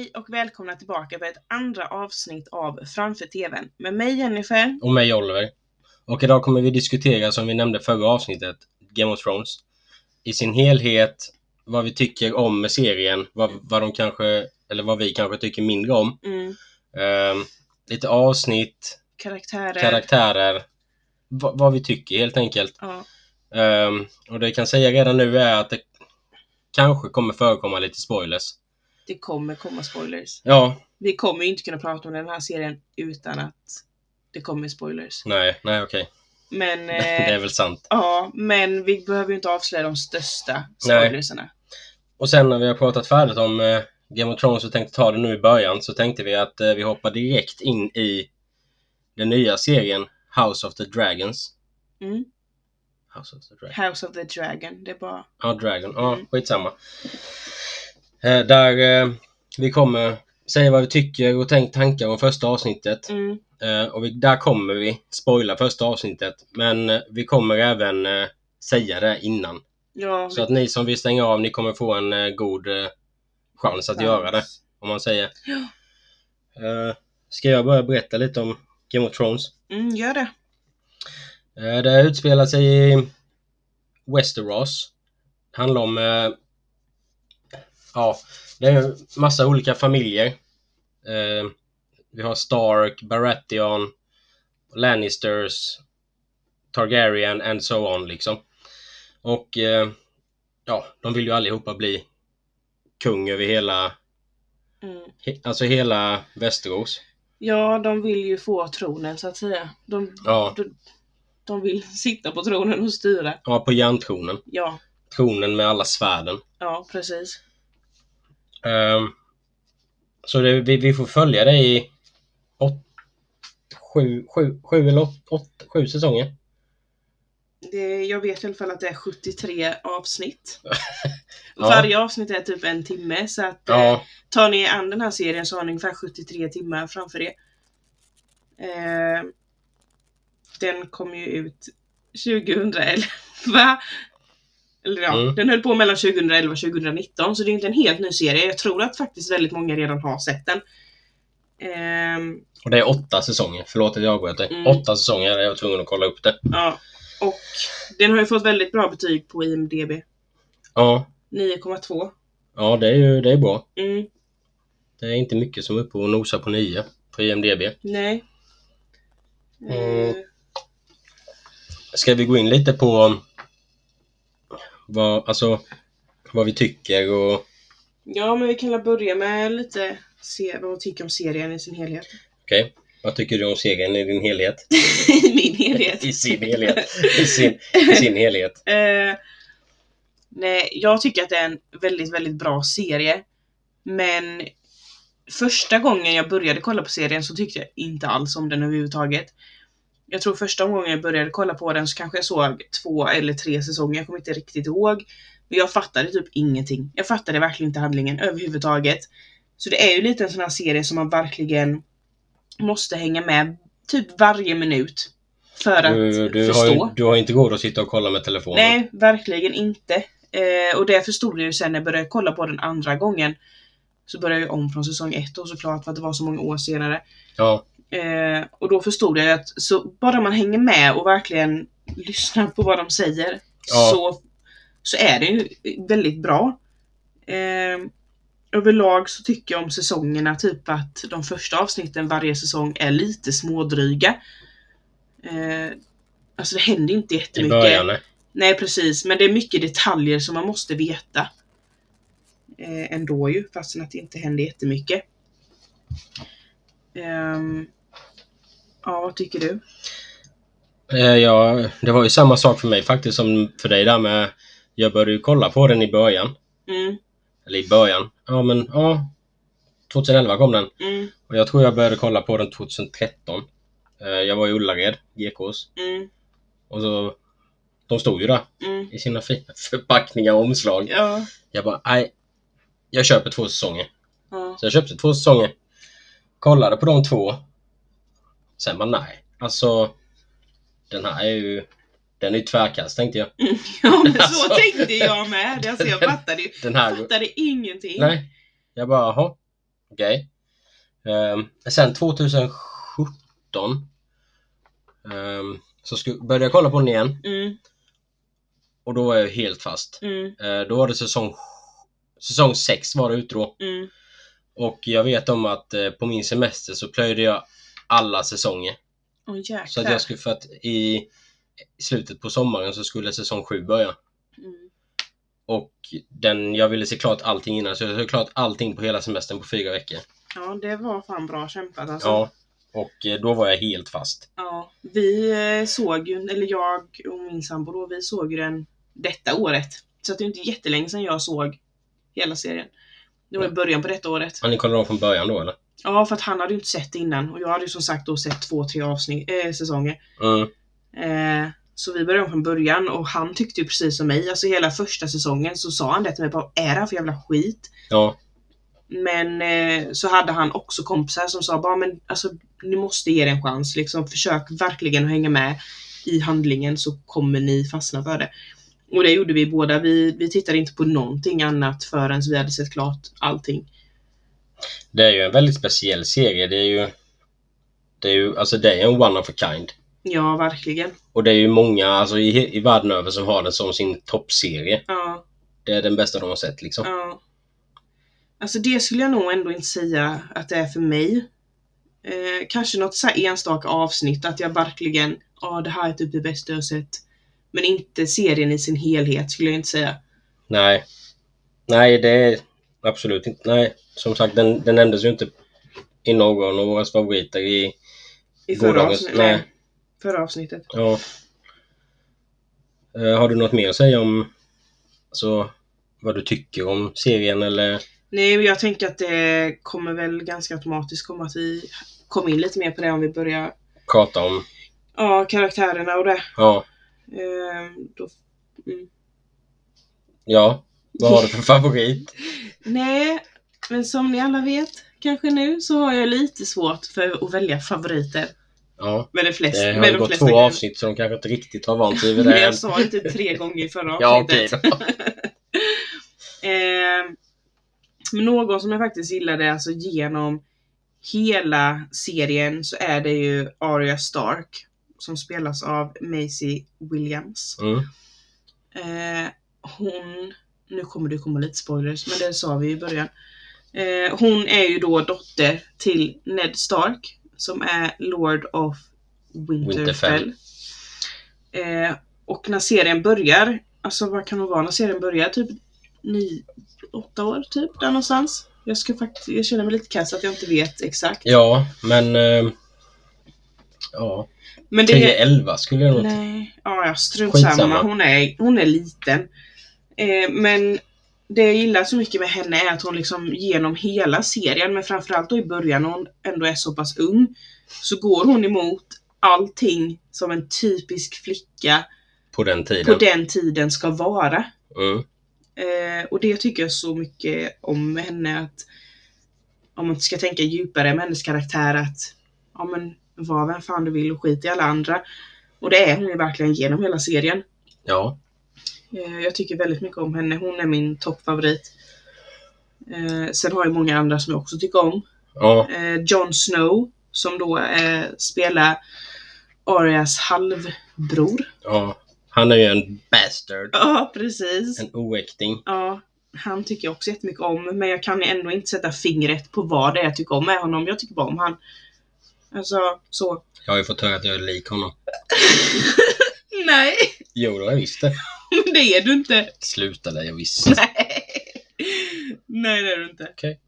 Hej och välkomna tillbaka på ett andra avsnitt av Framför TV:n med mig Jennifer. Och mig Oliver. Och idag kommer vi diskutera, som vi nämnde förra avsnittet, Game of Thrones. I sin helhet, vad vi tycker om serien, vad de kanske, eller vad vi kanske tycker mindre om. Lite avsnitt, karaktärer vad vi tycker helt enkelt. Ja. Och det jag kan säga redan nu är att det kanske kommer förekomma lite spoilers. Det kommer komma spoilers. Ja. Vi kommer ju inte kunna prata om den här serien utan att det kommer spoilers. Nej, okej. Men, det är väl sant. Ja, men vi behöver ju inte avslöja de största spoilerserna. Nej. Och sen när vi har pratat färdigt om Game of Thrones och tänkte ta det nu i början, så tänkte vi att vi hoppar direkt in i den nya serien House of the Dragons. House of the Dragon, det är bara... Ja, Dragon. Ja, skitsamma. Där vi kommer säga vad vi tycker och tankar om första avsnittet. Och där kommer vi spoila första avsnittet. Men vi kommer även säga det innan. Ja, så att ni som vill stänga av, ni kommer få en god chans att göra det. Om man säger. Ja. Ska jag börja berätta lite om Game of Thrones? Gör det. Det utspelar sig i Westeros. Det handlar om det är massa olika familjer. Vi har Stark, Baratheon, Lannisters, Targaryen and so on liksom. Och de vill ju allihopa bli kung över hela alltså hela Westeros. Ja, de vill ju få tronen så att säga. De vill sitta på tronen och styra. Ja, på järntronen. Ja. Tronen med alla svärden. Ja, precis. Så vi får följa det i 7 säsonger. Jag vet i alla fall att det är 73 avsnitt. Varje avsnitt är typ en timme. Så att tar ni an den här serien så har ni ungefär 73 timmar framför er. Den kom ju ut 2011. Eller den höll på mellan 2011 och 2019. Så det är inte en helt ny serie. Jag tror att faktiskt väldigt många redan har sett den. Och det är 8 säsonger. Förlåt att jag avbröt det. 8 säsonger är jag tvungen att kolla upp det. Ja. Och den har ju fått väldigt bra betyg på IMDb. Ja. 9,2. Ja, det är bra. Det är inte mycket som är uppe och nosar på 9 på IMDb. Nej. Ska vi gå in lite på vad vi tycker och... Ja, men vi kan börja med lite se vad vi tycker om serien i sin helhet. Okej. Vad tycker du om serien i din helhet? I min helhet. I sin helhet. I sin helhet. Nej, jag tycker att det är en väldigt, väldigt bra serie. Men första gången jag började kolla på serien så tyckte jag inte alls om den överhuvudtaget. Jag tror första gången jag började kolla på den så kanske jag såg 2 eller 3 säsonger. Jag kommer inte riktigt ihåg. Men jag fattade typ ingenting. Jag fattade verkligen inte handlingen överhuvudtaget. Så det är ju lite en sån här serie som man verkligen måste hänga med typ varje minut för att förstå. Du har inte gått att sitta och kolla med telefonen. Nej, verkligen inte. Och det förstod jag ju sen när jag började kolla på den andra gången. Så började jag om från säsong 1 och såklart för att det var så många år senare. Ja. Och då förstod jag att så bara man hänger med och verkligen lyssnar på vad de säger så är det ju väldigt bra. Överlag så tycker jag om säsongerna typ att de första avsnitten varje säsong är lite smådryga. Alltså det händer inte jättemycket. I början, nej, precis. Men det är mycket detaljer som man måste veta. Ändå ju, fastän att det inte händer jättemycket. Vad tycker du? Det var ju samma sak för mig faktiskt som för dig där med... Jag började ju kolla på den i början. Eller i början. 2011 kom den. Och jag tror jag började kolla på den 2013. Jag var i Ullared, GKs. Och så... De stod ju där i sina fina förpackningar och omslag. Ja. Jag bara, jag köper 2 säsonger. Så jag köpte 2 säsonger. Kollade på de 2. Sen bara nej. Alltså, den här är ju... Den är ju tvärkast, tänkte jag. Ja, men så tänkte jag med. Alltså, jag fattade ingenting. Nej, jag bara, Okej. Sen 2017 så började jag kolla på den igen. Och då var jag helt fast. Då var det säsong 6 var det ut då. Och jag vet om att på min semester så plöjde jag alla säsonger. Så att jag skulle, för att i slutet på sommaren så skulle säsong 7 börja. Och jag ville se klart allting innan, så jag såg klart allting på hela semestern på 4 veckor. Ja, det var fan bra kämpat alltså. Ja, och då var jag helt fast. Ja, vi såg ju, eller jag och min sambo då, vi såg ju den detta året. Så att det är inte jättelänge sedan jag såg hela serien. Det var i början på detta året. Men ni kollade om från början då, eller? Ja, för att han hade ju inte sett det innan. Och jag hade ju som sagt då sett 2-3 säsonger. Så vi började om från början. Och han tyckte ju precis som mig. Alltså hela första säsongen så sa han det till mig. Bara, är det här för jävla skit? Ja. Men så hade han också kompisar som sa bara, men alltså ni måste ge det en chans. Liksom, försök verkligen att hänga med i handlingen så kommer ni fastna för det. Och det gjorde vi båda. Vi tittade inte på någonting annat förrän vi hade sett klart allting. Det är ju en väldigt speciell serie. Det är en one of a kind. Ja, verkligen. Och det är ju många alltså, i världen över som har den som sin toppserie. Ja. Det är den bästa de har sett liksom. Ja. Alltså det skulle jag nog ändå inte säga att det är för mig. Kanske något så här enstaka avsnitt att jag verkligen, det här är typ det bästa jag har sett. Men inte serien i sin helhet skulle jag inte säga. Nej, det är absolut inte. Nej, som sagt, den nämndes ju inte i någon av våra favoriter i förra avsnittet. Ja. Har du något mer att säga om alltså, vad du tycker om serien eller? Nej, jag tänker att det kommer väl ganska automatiskt komma att vi kommer in lite mer på det om vi börjar prata om karaktärerna och det. Ja. Ja, vad har du för favorit? Nej, men som ni alla vet kanske nu så har jag lite svårt för att välja favoriter. Ja, med de flesta. Det har gått 2 avsnitt så de kanske inte riktigt har vant sig vid det. Men jag sa det typ 3 gånger i förra avsnittet. Ja, okej då. Men någon som jag faktiskt gillade alltså genom hela serien så är det ju Arya Stark som spelas av Maisie Williams. Nu kommer det komma lite spoilers, men det sa vi i början. Hon är ju då dotter till Ned Stark som är Lord of Winterfell. Och när serien börjar, alltså vad kan det vara när serien börjar? Typ 8 år typ, där någonstans. Jag känner mig lite kass att jag inte vet exakt. Ja, men men det 10-11 skulle jag nog. Nej, strunt samma. Hon är liten. Men det jag gillar så mycket med henne är att hon liksom genom hela serien, men framförallt då i början när hon ändå är så pass ung, så går hon emot allting som en typisk flicka på den tiden ska vara. Och det tycker jag så mycket om henne, att om man ska tänka djupare med hennes karaktär, att var vem fan du vill och skit i alla andra. Och det är hon ju verkligen genom hela serien. Ja. Jag tycker väldigt mycket om henne. Hon är min toppfavorit. Sen har jag många andra som jag också tycker om. Ja. Jon Snow som då spelar Aryas halvbror. Ja. Han är ju en bastard. Ja, precis. En oäkting. Ja, han tycker jag också jättemycket om. Men jag kan ändå inte sätta fingret på vad det är jag tycker om med honom. Jag tycker bara om han. Alltså, så. Jag har ju fått höra att jag är lik honom. Nej. Jo, då är jag visst det. Men det är du inte. Sluta där, jag visst. Nej, det är du inte. Okej.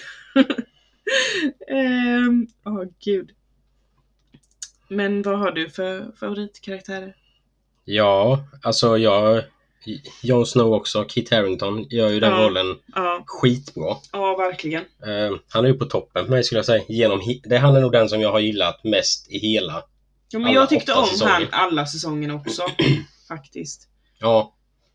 Gud. Men vad har du för favoritkaraktärer? Ja, alltså Jon Snow också, Kit Harington gör ju den rollen skitbra. Ja, verkligen. Han är ju på toppen för mig skulle jag säga. Han är nog den som jag har gillat mest i hela. Ja, men jag tyckte om han alla säsongerna också. Faktiskt. Ja.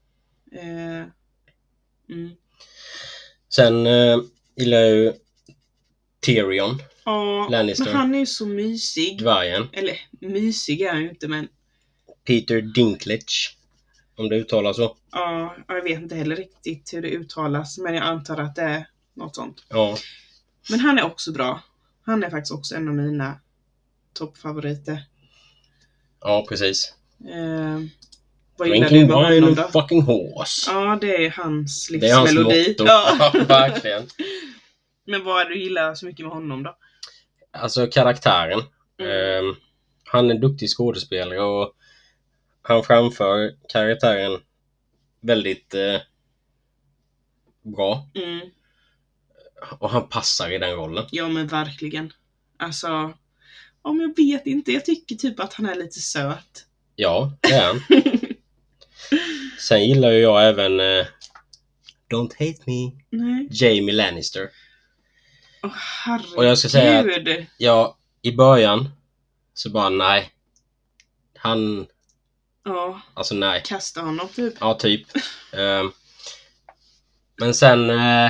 Sen gillar jag ju Tyrion. Ja, Lannister. Men han är ju så mysig. Dvärgen. Eller mysig är han ju inte, men Peter Dinklage, om det uttalas så. Ja, jag vet inte heller riktigt hur det uttalas, men jag antar att det är något sånt. Ja. Men han är också bra. Han är faktiskt också en av mina toppfavoriter. Ja, precis. Vad gillar du med honom då? Fucking horse. Ja, det är hans Det är hans livsmelodi. motto. Ja, verkligen. Men vad är det du gillar så mycket med honom då? Alltså karaktären. Han är en duktig skådespelare och han framför karaktären väldigt bra. Och han passar i den rollen. Ja, men verkligen. Alltså, om jag vet inte. Jag tycker typ att han är lite söt. Ja, det är han. Sen gillar ju jag även Don't Hate Me. Nej. Jaime Lannister. Herregud. Och jag ska säga att i början så bara nej. Han... Ja. Alltså nej. Kasta honom typ. Ja, typ. Men sen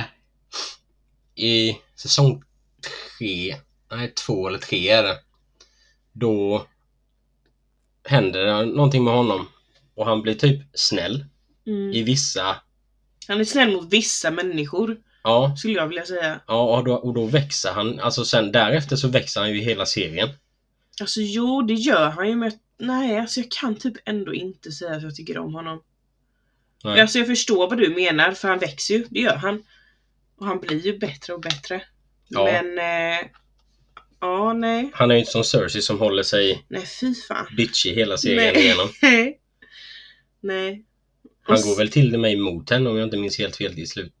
i säsong 3, nej 2 eller 3 är det. Då händer det någonting med honom. Och han blir typ snäll. I vissa... Han är snäll mot vissa människor. Ja. Skulle jag vilja säga. Ja, och då växer han. Alltså sen därefter så växer han ju i hela serien. Alltså jo, det gör han ju. Men nej, alltså jag kan typ ändå inte säga att jag tycker om honom. Nej. Alltså jag förstår vad du menar. För han växer ju, det gör han. Och han blir ju bättre och bättre. Ja. Men ja, nej. Han är ju inte som Cersei som håller sig Nej, fy fan. bitchy hela serien igenom. Nej. Han går väl till det mig emot henne om jag inte minns helt fel i slutet.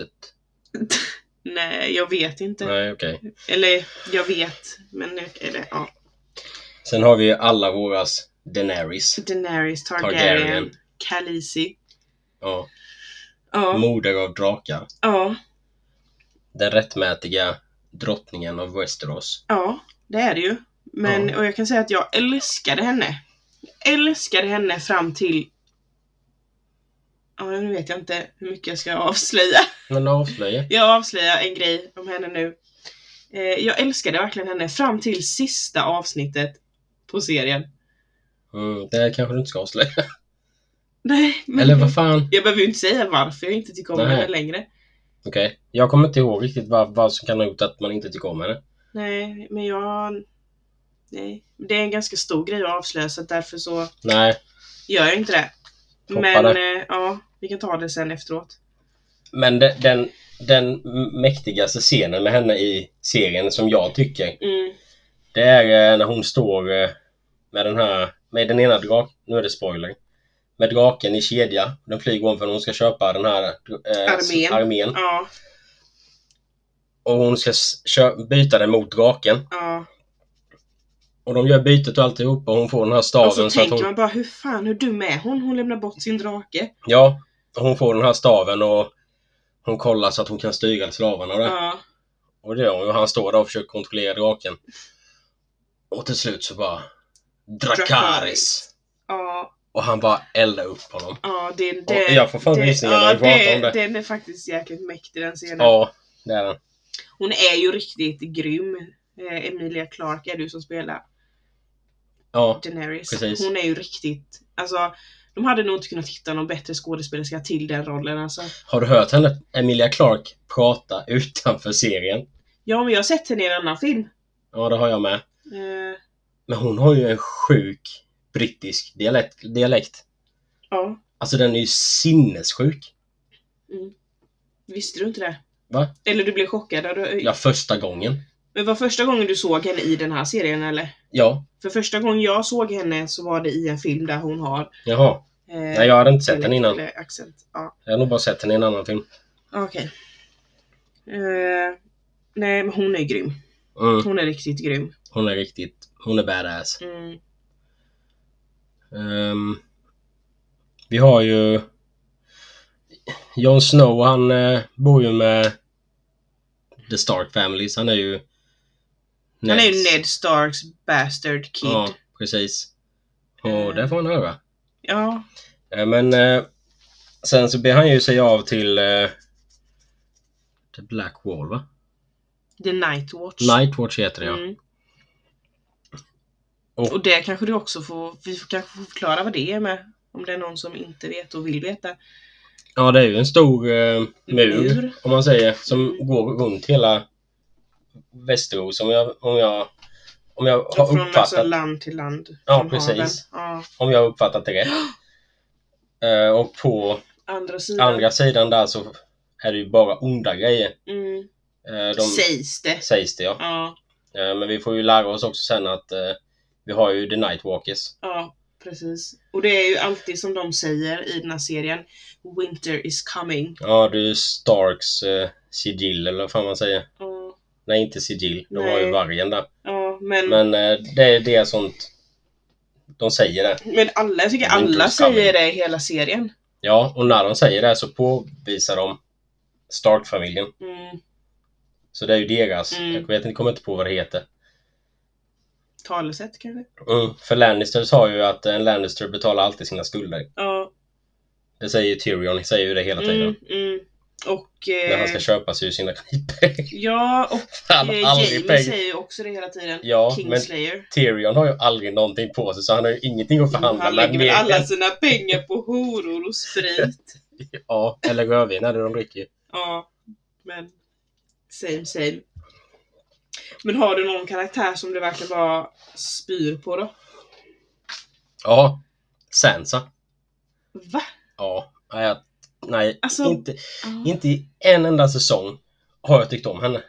Nej, jag vet inte. Nej, okej. Eller, jag vet. Men, eller, ja. Sen har vi alla våras Daenerys Targaryen. Khaleesi. Ja. Ja. Moder av drakar. Ja. Den rättmätiga drottningen av Westeros. Ja, det är det ju. Men, och jag kan säga att jag älskade henne. Älskade henne fram till... Ja, nu vet jag inte hur mycket jag ska avslöja. Men avslöja. Jag avslöjar en grej om henne nu. Jag älskade verkligen henne fram till sista avsnittet på serien. Det kanske du inte ska avslöja. Nej, men... Eller vad fan? Jag behöver ju inte säga varför jag inte tycker om henne längre. Okej. Jag kommer inte ihåg riktigt vad som kan ha gjort att man inte tycker om henne. Nej, men nej. Det är en ganska stor grej att avslöja, så därför så... Nej. Gör jag inte det. Men ja, vi kan ta det sen efteråt. Men den mäktigaste scenen med henne i serien som jag tycker, det är när hon står med den ena draken, nu är det spoiler, med draken i kedja. Den flyger om för att hon ska köpa den här armén. Ja. Och hon ska byta den mot draken. Ja. Och de gör bytet och alltihop och hon får den här staven. Och så tänker att man bara, hur dum är hon? Hon lämnar bort sin drake. Ja, och hon får den här staven och hon kollar så att hon kan styra slavarna där. Ja. Och det och han står där och försöker kontrollera draken. Och till slut så bara Dracarys. Ja. Och han bara eldar upp honom. Ja, och jag får fan rysningar när vi pratar om det. Den är faktiskt jäkligt mäktig, den scenen. Ja, det är den. Hon är ju riktigt grym. Emilia Clarke är du som spelar. Ja, Daenerys. precis. Hon är ju riktigt... Alltså, de hade nog inte kunnat hitta någon bättre skådespelerska till den rollen. Alltså. Har du hört henne, Emilia Clarke, prata utanför serien? Ja, men jag har sett henne i en annan film. Ja, det har jag med. Men hon har ju en sjuk brittisk dialekt. Ja. Alltså den är ju sinnessjuk. Visste du inte det? Va? Eller du blev chockad? Ja, första gången. Men var första gången du såg henne i den här serien, eller? Ja. För första gången jag såg henne så var det i en film där hon har... Jaha. Nej, jag hade inte sett henne innan. Accent. Ja. Jag har nog bara sett henne i en annan film. Okej. Nej, men hon är grym. Hon är riktigt grym. Hon är badass. Vi har ju Jon Snow, han bor ju med The Stark Families. Han är ju Ned Starks bastard kid. Ja, precis. Och det får han höra. Ja. Men sen så ber han ju sig av till The Black Wall, va? The Night Watch. Night Watch heter det, ja. Och det kanske du också vi kanske får förklara vad det är med. Om det är någon som inte vet och vill veta. Ja, det är ju en stor mur, om man säger, som går runt hela Westeros om jag har Från uppfattat. alltså land till land. Ja, från precis. haven. Ja. Om jag har uppfattat det rätt. Och på andra sidan där så är det ju bara onda grejer. Sägs det, ja. Ja. Men vi får ju lära oss också sen att vi har ju The Nightwalkers. Ja, precis. Och det är ju alltid som de säger i den här serien. Winter is coming. Ja, det är Starks sigill eller vad fan man säger. Ja. Nej, inte sigill. De har ju vargen där. Ja, men det är sånt de säger det. Men jag tycker alla säger det i hela serien. Ja, och när de säger det så påvisar de Stark-familjen. Så det är ju deras. Jag kommer inte på vad det heter. Talesätt kanske? För Lannister sa ju att en Lannister betalar alltid sina skulder. Ja. Det säger Tyrion, säger ju det hela tiden. Och när han ska köpa sig ur sina knipor. Ja, och Jaime säger ju också det hela tiden. Ja, Kingslayer. Men Tyrion har ju aldrig någonting på sig, så han har ju ingenting att förhandla med. Han lägger väl alla sina pengar på horor och sprit. Ja, eller rödvin när de dricker. Ja, men same. Men har du någon karaktär som du verkligen bara spyr på då? Ja, Sansa. Va? Ja, nej, alltså, inte i en enda säsong har jag tyckt om henne.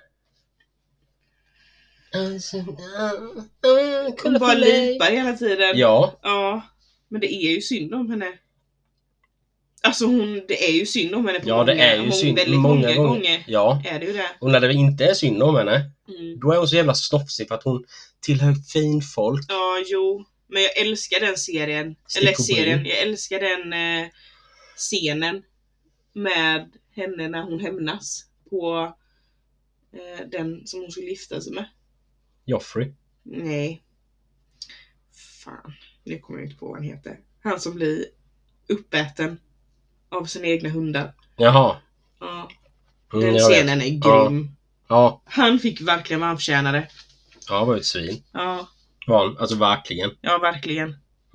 Hon bara lipar hela tiden. Ja. Men det är ju synd om henne. Alltså det är ju synd om henne på det är ju synd många gånger. Ja. Är det ju det. Och när det inte är synd om henne, då är hon så jävla snofsig för att hon tillhör fin folk. Ja, jo. Men jag älskar den serien. Jag älskar den scenen med henne när hon hämnas på den som hon skulle gifta sig med. Joffrey? Nej. Fan, nu kommer jag inte på vad han heter. Han som blir uppäten av sina egna hundar. Jaha. Ja. Den scenen är grym. Ja. Han fick verkligen vad han förtjänade. Ja, var ett svin. Ja. Var han? Alltså verkligen. Ja, verkligen.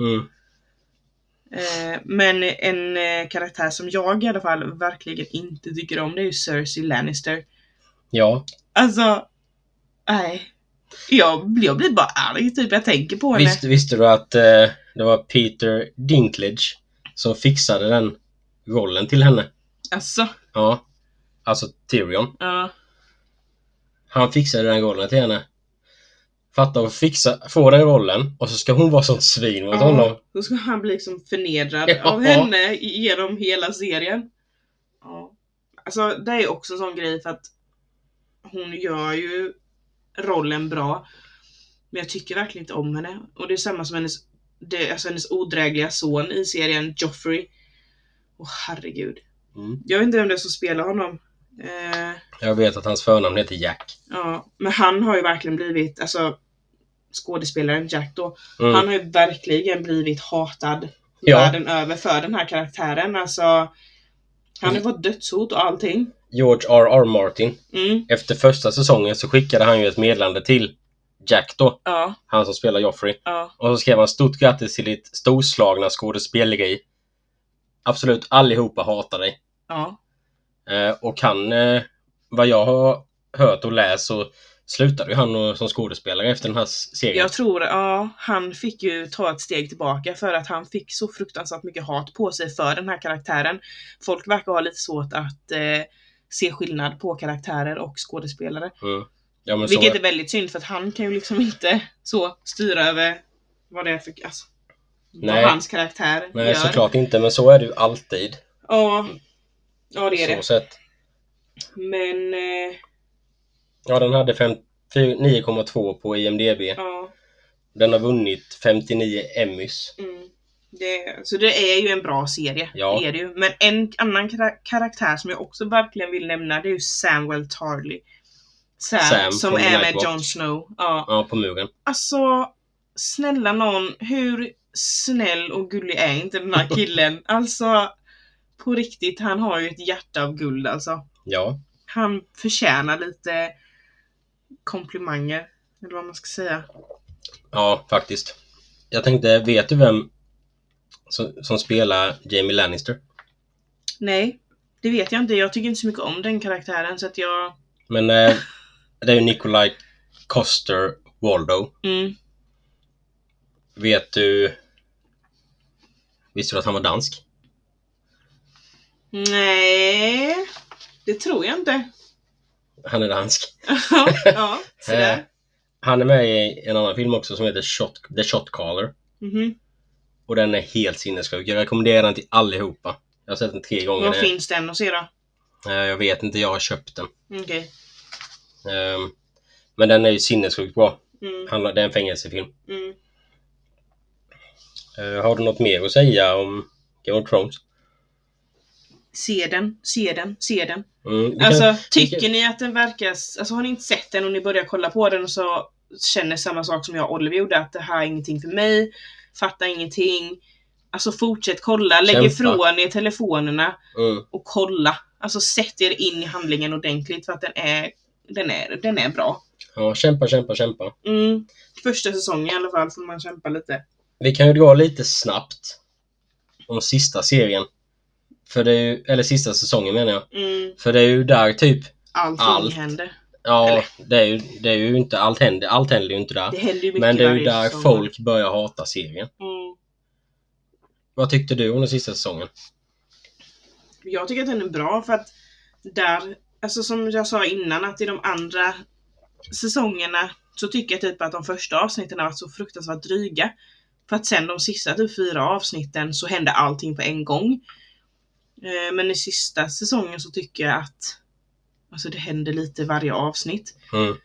Men en karaktär som jag i alla fall verkligen inte tycker om, det är ju Cersei Lannister. Ja. Alltså, nej. Jag blir bara arg typ, jag tänker på henne. Visste du att det var Peter Dinklage som fixade den rollen till henne? Alltså? Ja. Alltså Tyrion. Ja. Han fixade den rollen till henne. Fatta att få den rollen och så ska hon vara sånt svin mot honom. Då ska han bli liksom förnedrad av henne genom hela serien. Ja. Alltså det är också en sån grej för att hon gör ju rollen bra. Men jag tycker verkligen inte om henne. Och det är samma som hennes odrägliga son i serien, Joffrey. Herregud. Jag vet inte vem det är som spelar honom. Jag vet att hans förnamn heter Jack. Ja, men han har ju verkligen blivit, alltså skådespelaren Jack då, han har ju verkligen blivit hatad världen över för den här karaktären. Alltså han har fått dödshot och allting. George R.R. Martin. Efter första säsongen så skickade han ju ett meddelande till Jack då. Ja. Han som spelar Joffrey. Ja. Och så skrev han stort grattis till ditt storslagna skådespeleri. Absolut allihopa hatar dig. Ja. Och han, vad jag har hört och läst, så slutade ju han som skådespelare efter den här serien. Jag tror, han fick ju ta ett steg tillbaka för att han fick så fruktansvärt mycket hat på sig för den här karaktären. Folk verkar ha lite svårt att se skillnad på karaktärer och skådespelare. Ja, men vilket är väldigt synd, för att han kan ju liksom inte så styra över vad det är för, alltså, vad hans karaktär Nej, gör. såklart inte, men så är det ju alltid. Ja, det är det. Sätt. Men ja, den hade 9,2 på IMDb. Ja. Den har vunnit 59 Emmys. Så det är ju en bra serie. Ja. Det är det ju. Men en annan karaktär som jag också verkligen vill nämna, det är ju Samwell Tarly. Sam som är med Jon Snow. Ja, på muren. Alltså, snälla någon, hur snäll och gullig är inte den här killen? Alltså, på riktigt, han har ju ett hjärta av guld alltså. Ja. Han förtjänar lite komplimanger, eller vad man ska säga. Ja, faktiskt. Jag tänkte, vet du vem som spelar Jaime Lannister? Nej, det vet jag inte. Jag tycker inte så mycket om den karaktären, så att jag... Men Det är ju Nikolaj Coster-Waldau. Vet du... Visste du att han var dansk? Nej, det tror jag inte. Han är dansk. Ja, sådär. Han är med i en annan film också som heter The Shot Caller. Och den är helt sinnessjuk. Jag rekommenderar den till allihopa. Jag har sett den 3 gånger. Vad finns den att se då? Jag vet inte, jag har köpt den. Okej. Men den är ju sinnessjukt bra. Det är en fängelsefilm. Har du något mer att säga om Game of Thrones? Se den. Alltså, tycker ni att den verkar... Alltså, har ni inte sett den och ni börjar kolla på den och så känner samma sak som jag och Oliver gjorde, att det här är ingenting för mig, fattar ingenting. Alltså, fortsätt kolla. Lägg ifrån er telefonerna och kolla. Alltså, sätt er in i handlingen ordentligt för att den är bra. Ja, kämpa. Första säsongen i alla fall får man kämpa lite. Vi kan ju gå lite snabbt om sista serien. För det är ju, eller sista säsongen menar jag. För det är ju där typ allt händer. Ja, det är ju inte allt händer ju inte där. Det händer ju mycket. Men det är ju där folk börjar hata serien. Vad tyckte du om den sista säsongen? Jag tycker att den är bra för att där, alltså som jag sa innan, att i de andra säsongerna så tycker jag typ att de första avsnitten har varit så fruktansvärt dryga. För att sen de sista typ 4 avsnitten så hände allting på en gång. Men i sista säsongen så tycker jag att alltså det händer lite varje avsnitt.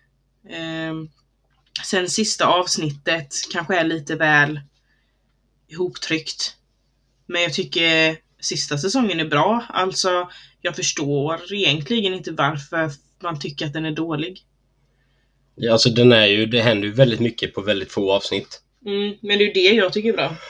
Sen sista avsnittet kanske är lite väl ihoptryckt. Men jag tycker sista säsongen är bra. Alltså jag förstår egentligen inte varför man tycker att den är dålig. Ja, alltså det händer ju väldigt mycket på väldigt få avsnitt. Men det är ju det jag tycker är bra.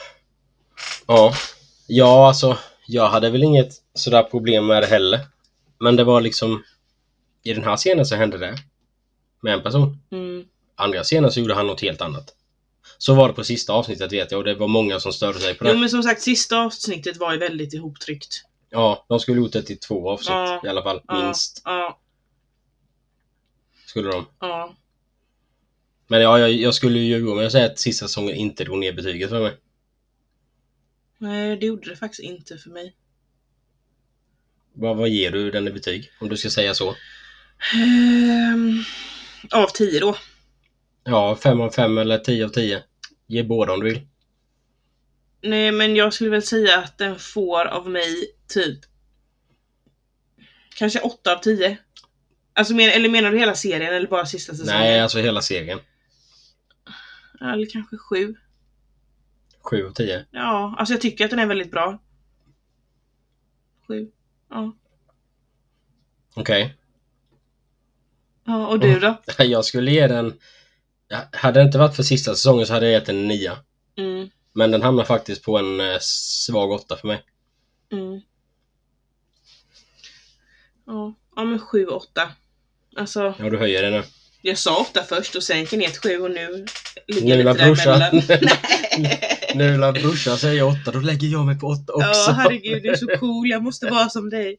Ja, alltså jag hade väl inget sådär problem med det heller. Men det var liksom i den här scenen så hände det med en person. Andra scenen så gjorde han något helt annat. Så var det på sista avsnittet vet jag, och det var många som störde sig på det. Jo, men som sagt, sista avsnittet var ju väldigt ihoptryckt. Ja, de skulle gjort det till 2 avsnitt i alla fall, minst. Skulle de. Men jag skulle ju om jag säger att sista säsongen inte drog ner betyget för mig. Nej, det gjorde det faktiskt inte för mig. Vad ger du den i betyg, om du ska säga så? Av 10 då. Ja, 5 av 5 eller 10 av 10. Ge båda om du vill. Nej, men jag skulle väl säga att den får av mig typ kanske 8 av 10. Alltså eller menar du hela serien eller bara sista säsongen? Nej, alltså hela serien. Eller kanske 7. 7 av 10? Ja, alltså jag tycker att den är väldigt bra. 7, ja. Okej. Ja, och du då? Jag skulle ge den... Hade det inte varit för sista säsongen så hade jag gett den 9. Men den hamnar faktiskt på en svag 8 för mig. Ja, men 7-8. Alltså... Ja, du höjer det nu. Jag sa 8 först och sen gick jag ner till 7 och nu ligger nu lite där mellan. Nu när brorsan säger 8, då lägger jag mig på 8 också. Ja, herregud, du är så cool. Jag måste vara som dig.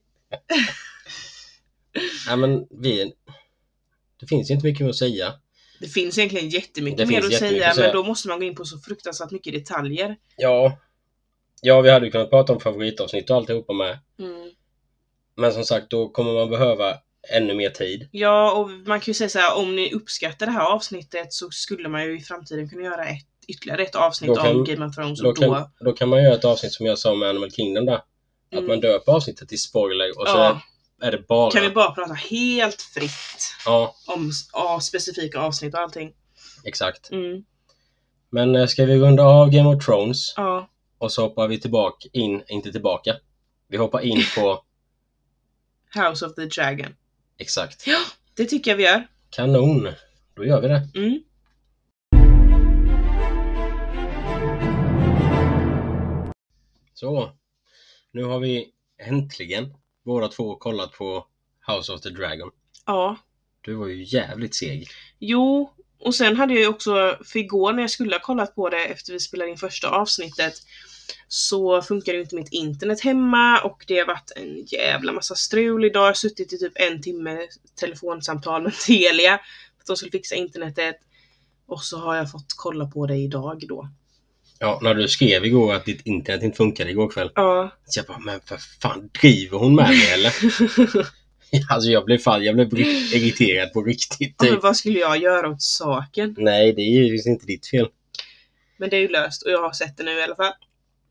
Ja, men det finns inte mycket mer att säga. Det finns egentligen jättemycket mer att säga, men då måste man gå in på så fruktansvärt mycket detaljer. Ja, vi hade ju kunnat prata om favoritavsnitt och alltihopa med. Men som sagt, då kommer man behöva ännu mer tid. Ja, och man kan ju säga så här, om ni uppskattar det här avsnittet så skulle man ju i framtiden kunna göra ytterligare ett avsnitt om Game of Thrones. Då kan man göra ett avsnitt som jag sa med Animal Kingdom där. Att man döper avsnittet till spoiler och så är det bara... Kan vi bara prata helt fritt om specifika avsnitt och allting. Exakt. Men ska vi runda av Game of Thrones? Ja. Och så hoppar vi inte tillbaka. Vi hoppar in på... House of the Dragon. Exakt. Ja, det tycker jag vi gör. Kanon. Då gör vi det. Så. Nu har vi äntligen båda två kollat på House of the Dragon. Ja. Du var ju jävligt seg. Jo, och sen hade jag ju också för igår när jag skulle ha kollat på det efter vi spelade in första avsnittet så funkar ju inte mitt internet hemma och det har varit en jävla massa strul idag. Jag har suttit i typ 1 timme telefonsamtal med Telia för att de skulle fixa internetet. Och så har jag fått kolla på det idag då. Ja, när du skrev igår att ditt internet inte funkade igår kväll. Ja. Så jag bara, men för fan, driver hon med mig eller? Alltså jag blev irriterad på riktigt. Ja, men vad skulle jag göra åt saken? Nej, det är ju inte ditt fel. Men det är ju löst och jag har sett det nu i alla fall.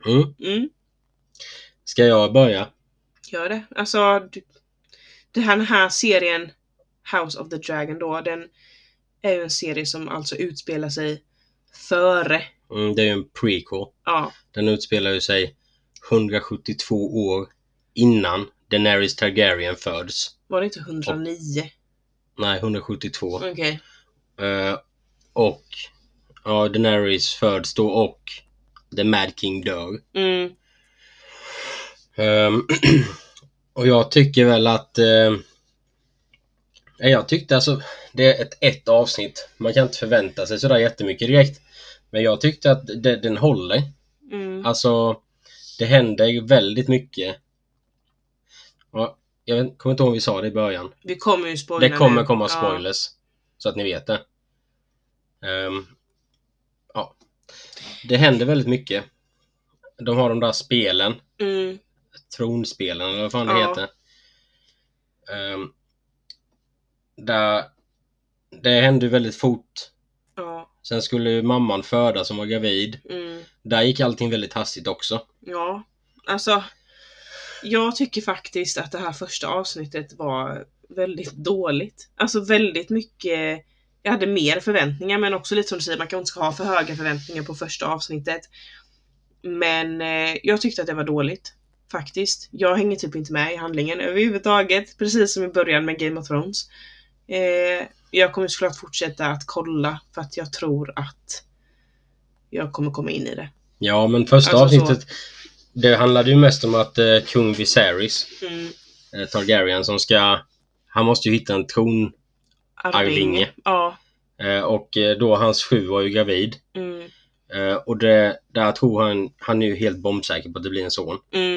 Ska jag börja? Gör det. Alltså, den här serien House of the Dragon då, den är ju en serie som alltså utspelar sig före. Det är ju en prequel. Ja. Den utspelar ju sig 172 år innan Daenerys Targaryen föds. Var det inte 109? Nej, 172. Okej. Och ja, Daenerys föds då och The Mad King dör. Och jag tycker väl att jag tyckte alltså det är ett avsnitt. Man kan inte förvänta sig sådär jättemycket direkt. Men jag tyckte att den håller. Alltså det händer väldigt mycket. Ja, jag kommer inte ihåg om vi sa det i början. Vi kommer ju spoila. Det kommer komma spoilers. Ja. Så att ni vet det. Ja. Det händer väldigt mycket. De har de där spelen. Tronspelen eller vad fan det heter. Det hände väldigt fort. Ja. Sen skulle ju mamman föda som var gravid. Där gick allting väldigt hastigt också. Ja, alltså jag tycker faktiskt att det här första avsnittet var väldigt dåligt. Alltså väldigt mycket. Jag hade mer förväntningar, men också lite som du säger, man kan inte ha för höga förväntningar på första avsnittet. Men jag tyckte att det var dåligt. Faktiskt. Jag hänger typ inte med i handlingen överhuvudtaget. Precis som i början med Game of Thrones. Jag kommer såklart fortsätta att kolla. För att jag tror att jag kommer komma in i det. Ja, men första avsnittet det handlade ju mest om att kung Viserys Targaryen som han måste ju hitta en tronarvinge. Ja. Och då hans fru var ju gravid. Och där tror han är ju helt bombsäker på att det blir en son.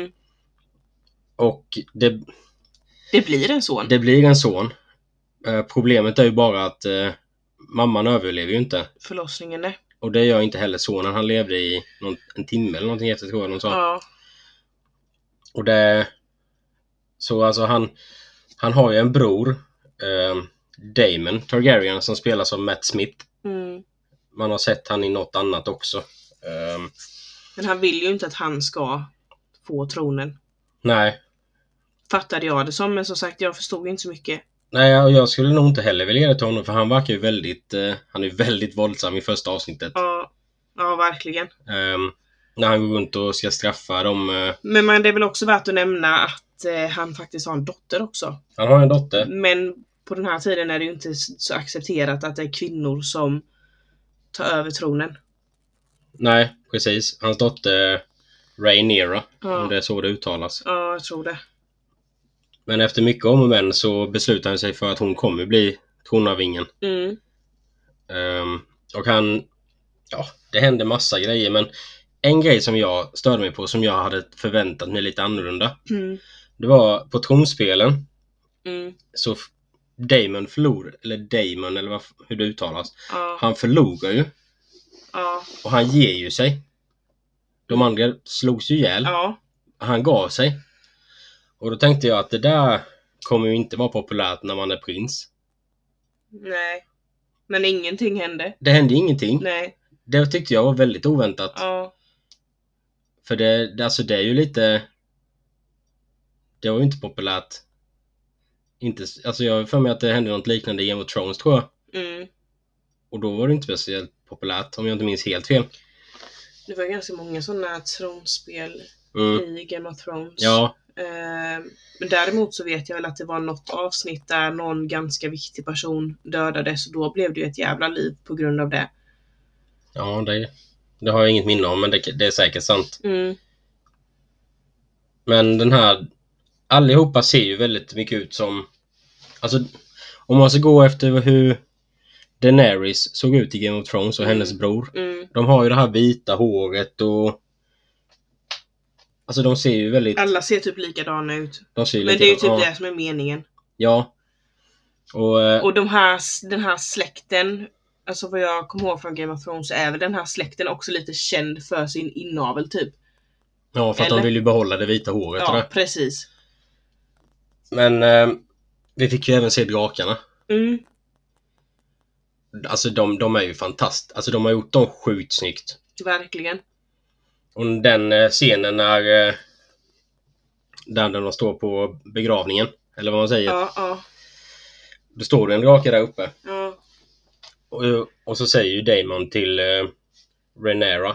Och det blir en son. Det blir en son. Problemet är ju bara att mamman överlever ju inte förlossningen. Nej. Och det gör inte heller sonen. Han levde i en timme eller någonting efter, tror jag. Ja. Och så alltså han har ju en bror, Daemon Targaryen, som spelas av Matt Smith. Man har sett han i något annat också. Men han vill ju inte att han ska få tronen. Nej. Fattade jag det som, men som sagt, jag förstod inte så mycket. Nej, och jag skulle nog inte heller vilja ge det till honom, för han verkar ju han är väldigt våldsam i första avsnittet. Ja, verkligen. När han går runt och ska straffa dem. Men det är väl också värt att nämna att han faktiskt har en dotter också. Han har en dotter. Men på den här tiden är det ju inte så accepterat att det är kvinnor som tar över tronen. Nej, precis. Hans dotter Rhaenyra, om det är så det uttalas. Ja, jag tror det. Men efter mycket om och men så beslutar han sig för att hon kommer bli tronarvingen. Och det hände massa grejer, men en grej som jag störde mig på, som jag hade förväntat mig lite annorlunda. Det var på tronspelen. Så Daemon förlorar, eller Daemon, eller hur det uttalas. Han förlorar ju. Och han ger ju sig. De andra slogs ju ihjäl. Han gav sig. Och då tänkte jag att det där kommer ju inte vara populärt när man är prins. Nej. Men ingenting hände. Det hände ingenting. Nej. Det tyckte jag var väldigt oväntat. Ja. För det är ju lite... Det var ju inte populärt. Alltså jag har för mig att det hände något liknande i Game of Thrones, tror jag. Och då var det inte speciellt populärt, om jag inte minns helt fel. Det var ganska många sådana tronspel i Game of Thrones. Ja. Men däremot så vet jag väl att det var något avsnitt där någon ganska viktig person dödades, och då blev det ju ett jävla liv på grund av det. Ja, det har jag inget minne om, men det är säkert sant. Men den här, allihopa ser ju väldigt mycket ut som, alltså om man ska gå efter hur Daenerys såg ut i Game of Thrones och hennes bror. De har ju det här vita håret och Alltså de ser ju väldigt... Alla ser typ likadana ut. De ser ju men det är ju typ ja. det som är meningen. Ja. Och den här släkten, alltså vad jag kommer ihåg från Game of Thrones, så är väl den här släkten också lite känd för sin inavel typ. Ja, för att de vill ju behålla det vita håret. Ja, precis. Men vi fick ju även se drakarna. Alltså de är ju fantastiska. Alltså de har gjort dem sjukt snyggt. Verkligen. Och den scenen när där de står på begravningen, eller vad man säger. Ja. Då står det en drake där uppe. Ja. Och så säger ju Daemon till Rhaenyra.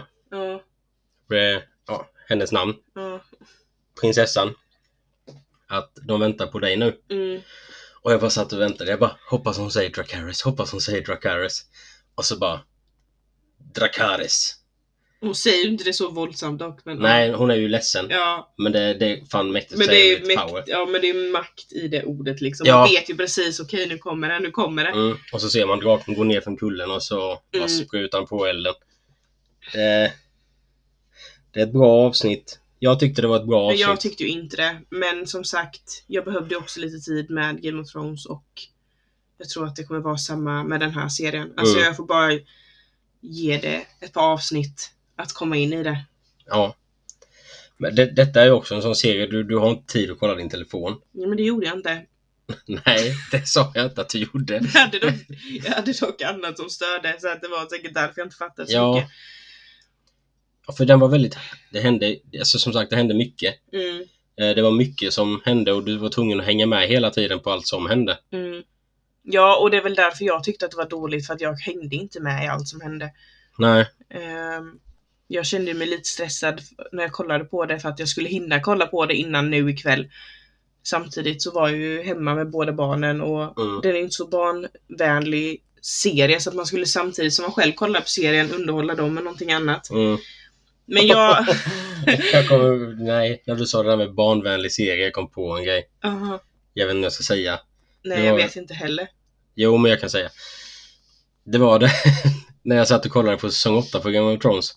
Ja. Hennes namn. Ja. Prinsessan. Att de väntar på dig nu. Och jag bara satt och väntade. Jag bara, hoppas hon säger Dracarys. Och så bara, Dracarys. Hon säger ju inte det så våldsamt dock. Men nej, hon är ju ledsen. Ja. Men det är fan mäktigt. Men det är power. Ja, men det är makt i det ordet liksom. Ja. Man vet ju precis, okej, nu kommer det. Och så ser man draken gå ner från kullen och så bara sprutar på elden. Det är ett bra avsnitt. Jag tyckte det var ett bra avsnitt. Jag tyckte ju inte det. Men som sagt, jag behövde också lite tid med Game of Thrones. Och jag tror att det kommer vara samma med den här serien. Alltså jag får bara ge det ett par avsnitt att komma in i det. Ja. Men detta är ju också en sån serie. Du har inte tid att kolla din telefon. Ja, men det gjorde jag inte. Nej, det sa jag inte att du gjorde. Jag hade dock annat som störde. Så att det var säkert därför jag inte fattade så mycket. Ja, för den var väldigt... Det hände, alltså som sagt, det hände mycket. Det var mycket som hände och du var tvungen att hänga med hela tiden på allt som hände. Ja, och det är väl därför jag tyckte att det var dåligt. För att jag hängde inte med i allt som hände. Nej. Jag kände mig lite stressad när jag kollade på det. För att jag skulle hinna kolla på det innan nu ikväll. Samtidigt så var jag ju hemma med båda barnen. Och det är inte så barnvänlig serie. Så att man skulle samtidigt som man själv kollar på serien underhålla dem med någonting annat. Men jag... Nej, när du sa det där med barnvänlig serie, jag kom på en grej. Jag vet inte vad jag ska säga. Nej, jag vet inte heller. Jo, men jag kan säga. Det var det när jag satt och kollade på säsong 8 på Game of Thrones.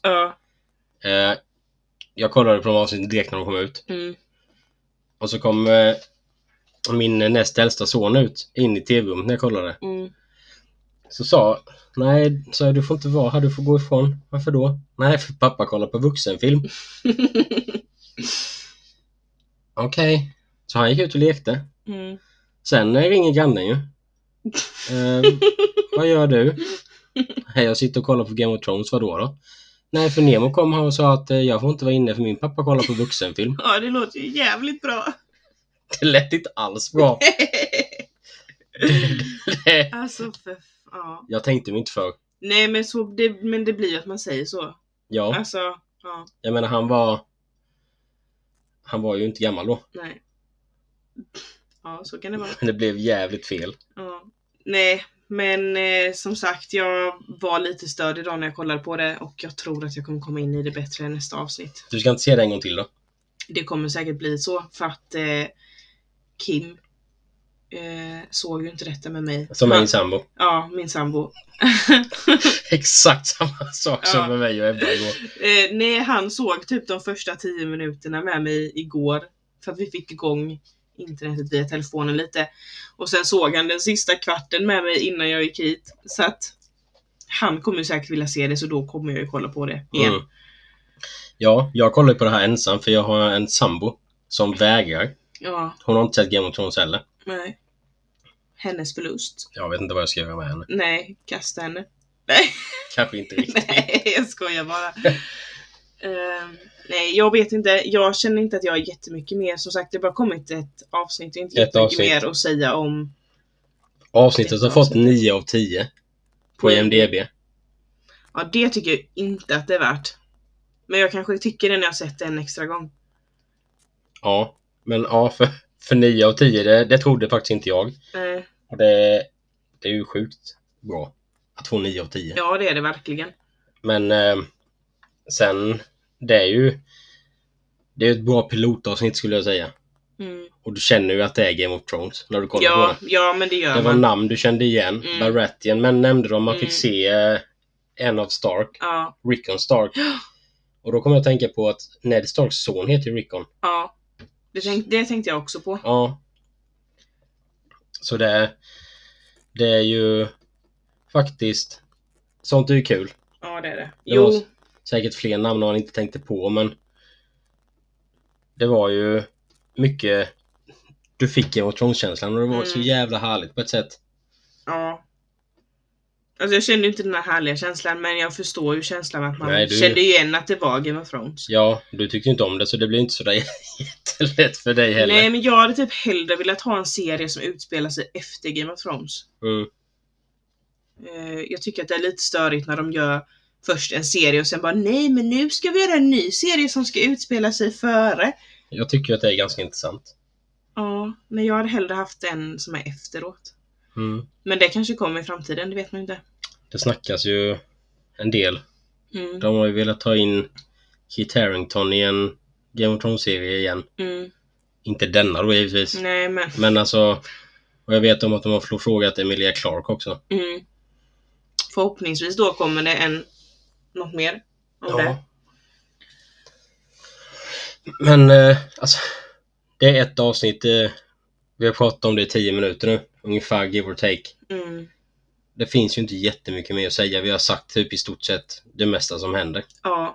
Jag kollade på de avsnitten direkt när de kom ut. Och så kom min näst äldsta son ut in i tv-rummet när jag kollade. Så sa du får inte vara här, du får gå ifrån. Varför då? Nej, för pappa kollar på vuxenfilm. Okej. Så han gick ut och lekte. Sen ringer grannen ju. Vad gör du? Hej, jag sitter och kollar på Game of Thrones, vadå då? Nej, för Nemo kom här och sa att jag får inte vara inne för min pappa kollar på vuxenfilm. Ja, det låter ju jävligt bra. Det lät inte alls bra. Alltså, ja. Jag tänkte mig inte för. Nej, men det blir ju att man säger så. Ja. Alltså, ja. Jag menar, han var ju inte gammal då. Nej. Ja, så kan det vara. Det blev jävligt fel. Ja. Nej, men som sagt, jag var lite störd idag när jag kollade på det. Och jag tror att jag kommer komma in i det bättre än nästa avsnitt. Du ska inte se det en gång till då? Det kommer säkert bli så. För att Kim såg ju inte detta med mig. Som min sambo. Ja, min sambo. Exakt samma sak som med mig och Ebba igår. Nej, han såg typ de första 10 minuterna med mig igår. För att vi fick igång internetet via telefonen lite. Och sen såg han den sista kvarten med mig innan jag gick hit. Så att han kommer säkert vilja se det, så då kommer jag ju kolla på det igen. Ja, jag kollar på det här ensam för jag har en sambo som vägrar. Ja. Hon har inte sett Game of Thrones heller. Nej. Hennes förlust. Jag vet inte vad jag ska göra med henne. Nej, kasta henne. Nej. Kanske inte riktigt. Nej, jag skojar bara. Nej, jag vet inte. Jag känner inte att jag har jättemycket mer. Som sagt, det har bara kommit ett avsnitt. Och inte jättemycket mer att säga om. Avsnittet har fått 9 av 10 på IMDb. Ja, det tycker jag inte att det är värt. Men jag kanske tycker det när jag sett det en extra gång. Ja, men ja, för 9 av 10, det trodde faktiskt inte jag. Och det är ju sjukt bra att få 9 av 10. Ja, det är det verkligen. Men sen, det är ett bra pilotavsnitt skulle jag säga. Och du känner ju att det är Game of Thrones när du kollar på det. Ja, men det gör man. Det var namn du kände igen. Baratheon, men nämnde de man fick se en av Stark. Rickon Stark. Och då kommer jag att tänka på att Ned Starks son heter Rickon. Ja, det tänkte jag också på. Ja. Så det är ju faktiskt, sånt är ju kul. Ja, det är det. Det var säkert fler namn han inte tänkte på, men det var ju mycket, du fick Game of Thrones-känslan och det var så jävla härligt på ett sätt. Ja. Alltså jag kände inte den här härliga känslan, men jag förstår ju känslan att man kände igen att det var Game of Thrones. Ja, du tyckte inte om det, så det blir inte så där jättelätt för dig heller. Nej, men jag hade typ hellre velat ha en serie som utspelar sig efter Game of Thrones. Jag tycker att det är lite störigt när de gör först en serie och sen bara nej, men nu ska vi göra en ny serie som ska utspela sig före. Jag tycker att det är ganska intressant. Ja, men jag hade hellre haft en som är efteråt. Men det kanske kommer i framtiden, det vet man inte. Det snackas ju en del. De har ju velat ta in Kit Harington i en Game of Thrones-serie igen. Inte denna då givetvis. Nej, men alltså, och jag vet om att de har frågat Emilia Clarke också. Förhoppningsvis då kommer det något mer om det. Men alltså, det är ett avsnitt. Vi har pratat om det i 10 minuter nu. Ungefär, give or take. Det finns ju inte jättemycket mer att säga. Vi har sagt typ i stort sett det mesta som händer. Ja.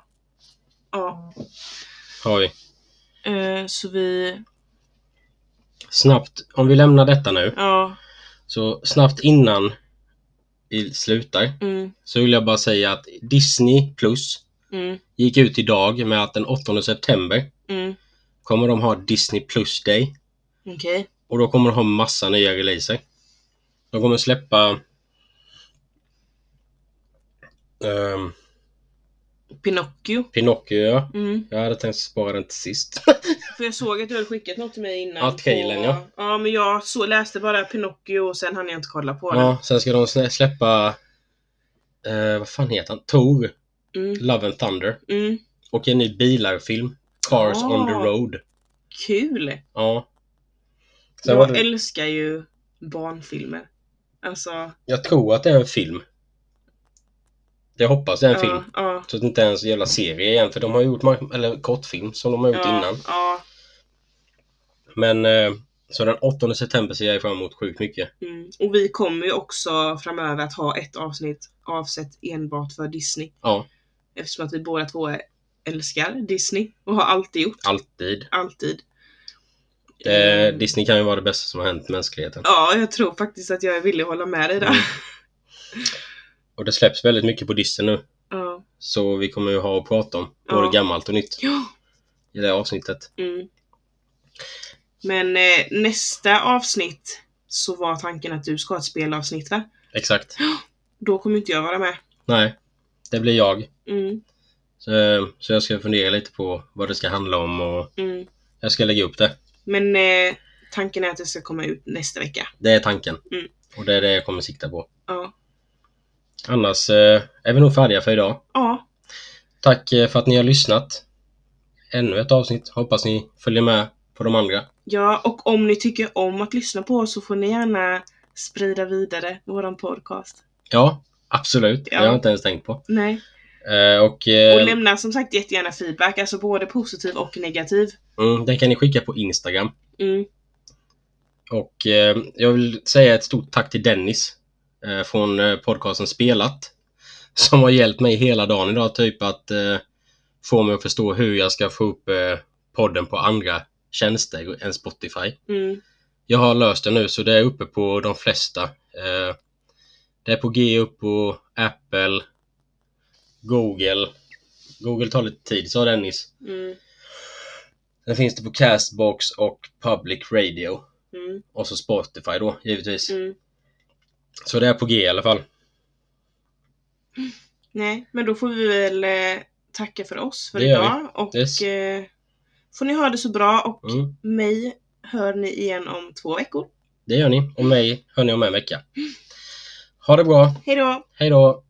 Har vi. Så vi... Snabbt, om vi lämnar detta nu. Ja. Så snabbt innan vi slutar. Så vill jag bara säga att Disney Plus gick ut idag med att den 8 september kommer de ha Disney Plus Day. Okej. Och då kommer de ha massa nya releaser. De kommer släppa Pinocchio, ja. Jag hade tänkt spara den till sist. För jag såg att du hade skickat något till mig innan. Ja, trailern, ja. Ja, men jag läste bara Pinocchio och sen hann jag inte kolla på den. Ja, sen ska de släppa vad fan heter han? Thor, Love and Thunder. Och en ny bilarfilm, Cars on the Road. Kul! Ja. Jag älskar ju barnfilmer. Alltså... Jag tror att det är en film. Jag hoppas det är en film. Så att det inte är en så jävla serie igen. För de har gjort kortfilm som de har gjort innan. Men så den 8 september ser jag fram emot sjukt mycket. Och vi kommer ju också framöver att ha ett avsnitt avsett enbart för Disney. Ja. Eftersom att vi båda två älskar Disney. Och har alltid gjort. Alltid. Disney kan ju vara det bästa som har hänt mänskligheten. Ja, jag tror faktiskt att jag är villig att hålla med dig där. Och det släpps väldigt mycket på Disney nu. Så vi kommer ju ha att prata om både gammalt och nytt i det avsnittet. Men nästa avsnitt så var tanken att du ska ha ett spelavsnitt, va? Exakt. Då kommer inte jag vara med. Nej, det blir jag. Så jag ska fundera lite på vad det ska handla om och jag ska lägga upp det. Men tanken är att det ska komma ut nästa vecka. Det är tanken. Och det är det jag kommer sikta på. Ja. Annars är vi nog färdiga för idag. Ja. Tack för att ni har lyssnat. Ännu ett avsnitt. Hoppas ni följer med på de andra. Ja, och om ni tycker om att lyssna på oss så får ni gärna sprida vidare våran podcast. Ja, absolut. Ja. Jag har inte ens tänkt på. Nej. Och lämna som sagt jättegärna feedback. Alltså både positiv och negativ. Den kan ni skicka på Instagram. Och jag vill säga ett stort tack till Dennis från podcasten Spelat, som har hjälpt mig hela dagen idag typ att få mig att förstå hur jag ska få upp podden på andra tjänster än Spotify. Jag har löst det nu så det är uppe på de flesta. Det är på G upp på Apple, Google tar lite tid, sa Dennis. Sen finns det på Castbox och Public Radio. Och så Spotify då, givetvis. Så det är på G i alla fall. Nej, men då får vi väl tacka för oss för idag. Och får ni ha det så bra. Och mig hör ni igen om 2 veckor. Det gör ni. Och mig hör ni om en vecka. Ha det bra. Hej då. Hej då.